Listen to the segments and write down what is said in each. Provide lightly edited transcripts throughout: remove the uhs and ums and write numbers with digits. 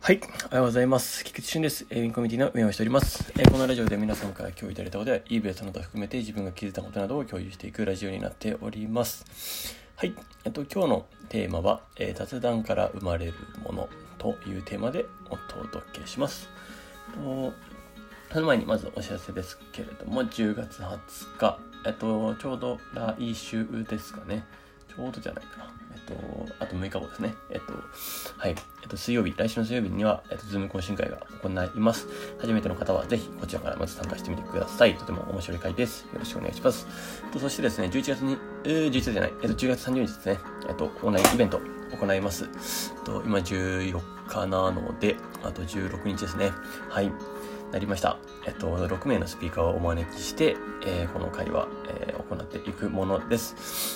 はい、おはようございます。菊池俊です。ウィンコミュニティの運営をしております。このラジオで皆様から共有いただいたことや、いいベースなどを含めて自分が気づいたことなどを共有していくラジオになっております。はい、今日のテーマは、雑談から生まれるものというテーマでお届けします。その前にまずお知らせですけれども、10月20日、ちょうど来週ですかね。ちょうどじゃないかな。あと6日後ですね。はい。水曜日、来週の水曜日には、ズーム懇親会が行います。初めての方はぜひこちらからまず参加してみてください。とても面白い会です。よろしくお願いします。そしてですね、10月30日ですね、オンラインイベント行います。今14日なので、あと16日ですね。はい。なりました。6名のスピーカーをお招きして、この会は、行っていくものです。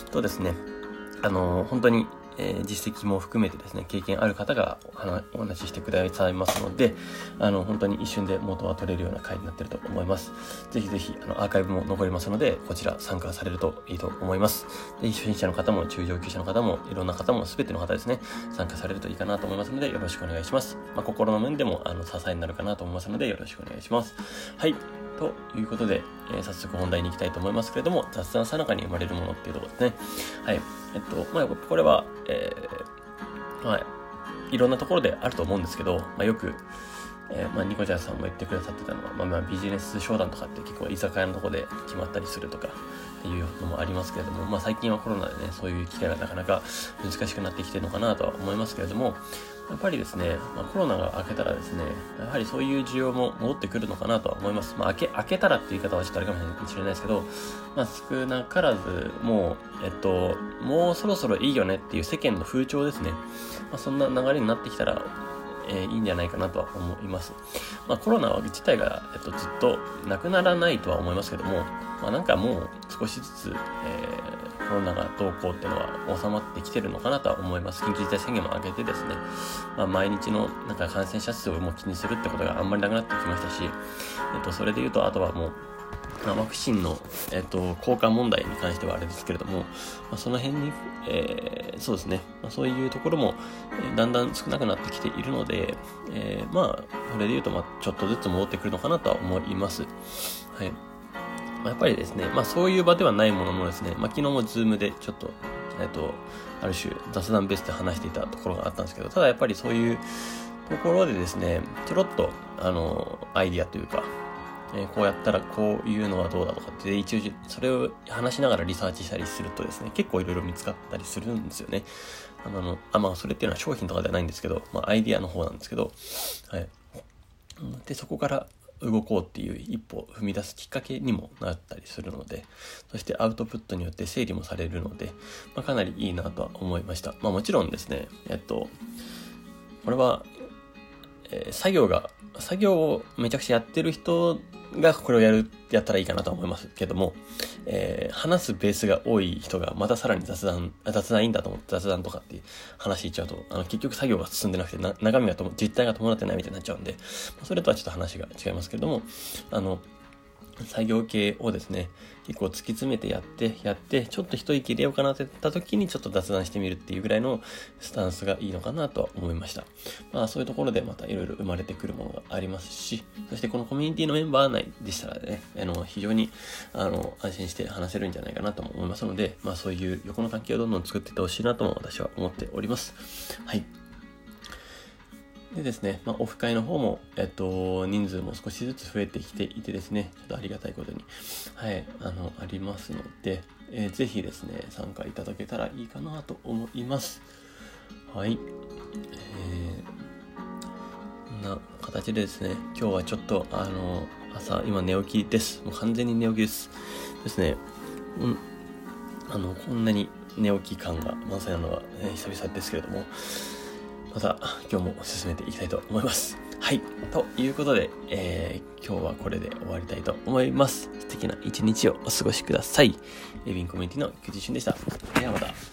ですね、本当に、実績も含めてですね、経験ある方がお話ししてくださいますので、本当に一瞬で元は取れるような回になっていると思います。ぜひぜひ、アーカイブも残りますので、こちら参加されるといいと思います。で、初心者の方も中上級者の方もいろんな方も全ての方ですね、参加されるといいかなと思いますので、よろしくお願いします。心の面でも支えになるかなと思いますので、よろしくお願いします。はい。ということで、早速本題に行きたいと思いますけれども、雑談さなかに生まれるものっていうところですね。はい。これは、いろんなところであると思うんですけど、よく、ニコちゃんさんも言ってくださってたのは、ビジネス商談とかって結構居酒屋のところで決まったりするとかっていうのもありますけれども、最近はコロナでね、そういう機会がなかなか難しくなってきてるのかなとは思いますけれども、やっぱりですね、コロナが明けたらですね、やはりそういう需要も戻ってくるのかなとは思います。明けたらっていう言い方はちょっとあれかもしれないですけど、少なからずもうそろそろいいよねっていう世間の風潮ですね。そんな流れになってきたら、いいんじゃないかなとは思います。コロナ自体が、ずっとなくならないとは思いますけども、なんかもう少しずつ、コロナがどうこうっていうのは収まってきてるのかなとは思います。緊急事態宣言も上げてですね、毎日の感染者数をもう気にするってことがあんまりなくなってきましたし、それで言うとあとはもうワクチンの、効果問題に関してはあれですけれども、その辺に、そうですね、そういうところも、だんだん少なくなってきているので、それで言うと、ちょっとずつ戻ってくるのかなとは思います。はい。やっぱりですね、そういう場ではないもののですね、昨日もズームでちょっと、ある種雑談ベースで話していたところがあったんですけど、ただやっぱりそういうところでですね、ちょろっと、アイディアというか、こうやったらこういうのはどうだとかって一応それを話しながらリサーチしたりするとですね、結構いろいろ見つかったりするんですよね。それっていうのは商品とかではないんですけど、アイディアの方なんですけど、はい。で、そこから動こうっていう一歩踏み出すきっかけにもなったりするので、そしてアウトプットによって整理もされるので、かなりいいなとは思いました。もちろんですね、これは、作業をめちゃくちゃやってる人がこれをやったらいいかなと思いますけども、話すベースが多い人がまたさらに雑談いいんだと思って雑談とかって話しちゃうと、結局作業が進んでなくて中身が実態が伴ってないみたいになっちゃうんで、それとはちょっと話が違いますけれども、作業系をですね、結構突き詰めてやって、ちょっと一息入れようかなって言った時にちょっと雑談してみるっていうぐらいのスタンスがいいのかなとは思いました。そういうところでまたいろいろ生まれてくるものがありますし、そしてこのコミュニティのメンバー内でしたらね、非常に、安心して話せるんじゃないかなとも思いますので、そういう横の関係をどんどん作っていってほしいなとも私は思っております。はい。でですね、オフ会の方も、人数も少しずつ増えてきていてですね、ちょっとありがたいことに、はい、ありますので、ぜひですね、参加いただけたらいいかなと思います。はい。こんな形でですね、今日はちょっと、朝、今寝起きです。もう完全に寝起きです。ですね、こんなに寝起き感が満載なのは、久々ですけれども、また今日も進めていきたいと思います。はい。ということで、今日はこれで終わりたいと思います。素敵な一日をお過ごしください。ウィンコミュニティの菊池俊でした。ではまた。